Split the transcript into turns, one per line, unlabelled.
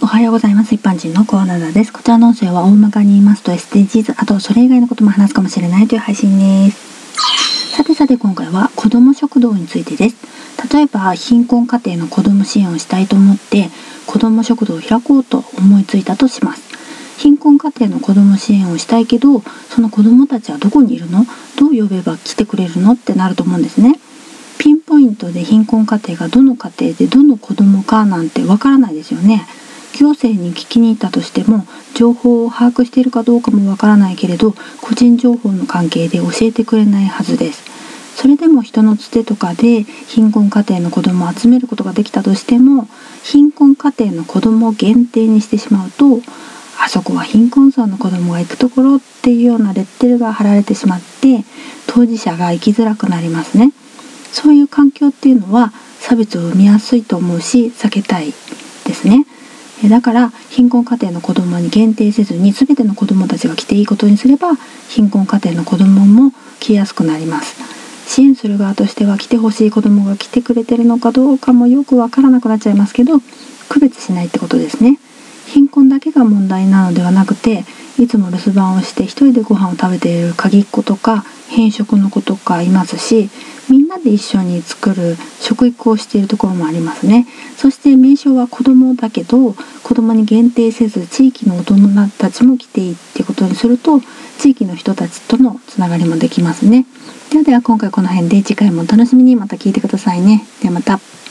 おはようございます。一般人のコーナーです。こちらの音声は大まかに言いますと SDGs、あとそれ以外のことも話すかもしれないという配信です。さて今回は子ども食堂についてです。例えば貧困家庭の子ども支援をしたいと思って子ども食堂を開こうと思いついたとします。貧困家庭の子ども支援をしたいけど、その子どもたちはどこにいるの？どう呼べば来てくれるのってなると思うんですね。ピンポイントで貧困家庭がどの家庭でどの子どもかなんてわからないですよね。行政に聞きに行ったとしても情報を把握しているかどうかもわからないけれど、個人情報の関係で教えてくれないはずです。それでも人のつてとかで貧困家庭の子どもを集めることができたとしても、貧困家庭の子どもを限定にしてしまうと、あそこは貧困層の子どもが行くところっていうようなレッテルが貼られてしまって、当事者が生きづらくなりますね。そういう環境っていうのは差別を生みやすいと思うし、避けたいですね。だから貧困家庭の子どもに限定せずに全ての子どもたちが来ていいことにすれば、貧困家庭の子どもも来やすくなります。支援する側としては来てほしい子どもが来てくれてるのかどうかもよくわからなくなっちゃいますけど、区別しないってことですね。貧困だけが問題なのではなくて、いつも留守番をして一人でご飯を食べている鍵っ子とか偏食の子とかいますし、みんなで一緒に作る食育をしているところもありますね。そして名称は子どもだけど、子どもに限定せず地域の大人たちも来ていいってことにすると、地域の人たちとのつながりもできますね。では今回この辺で、次回もお楽しみに。また聞いてくださいね。ではまた。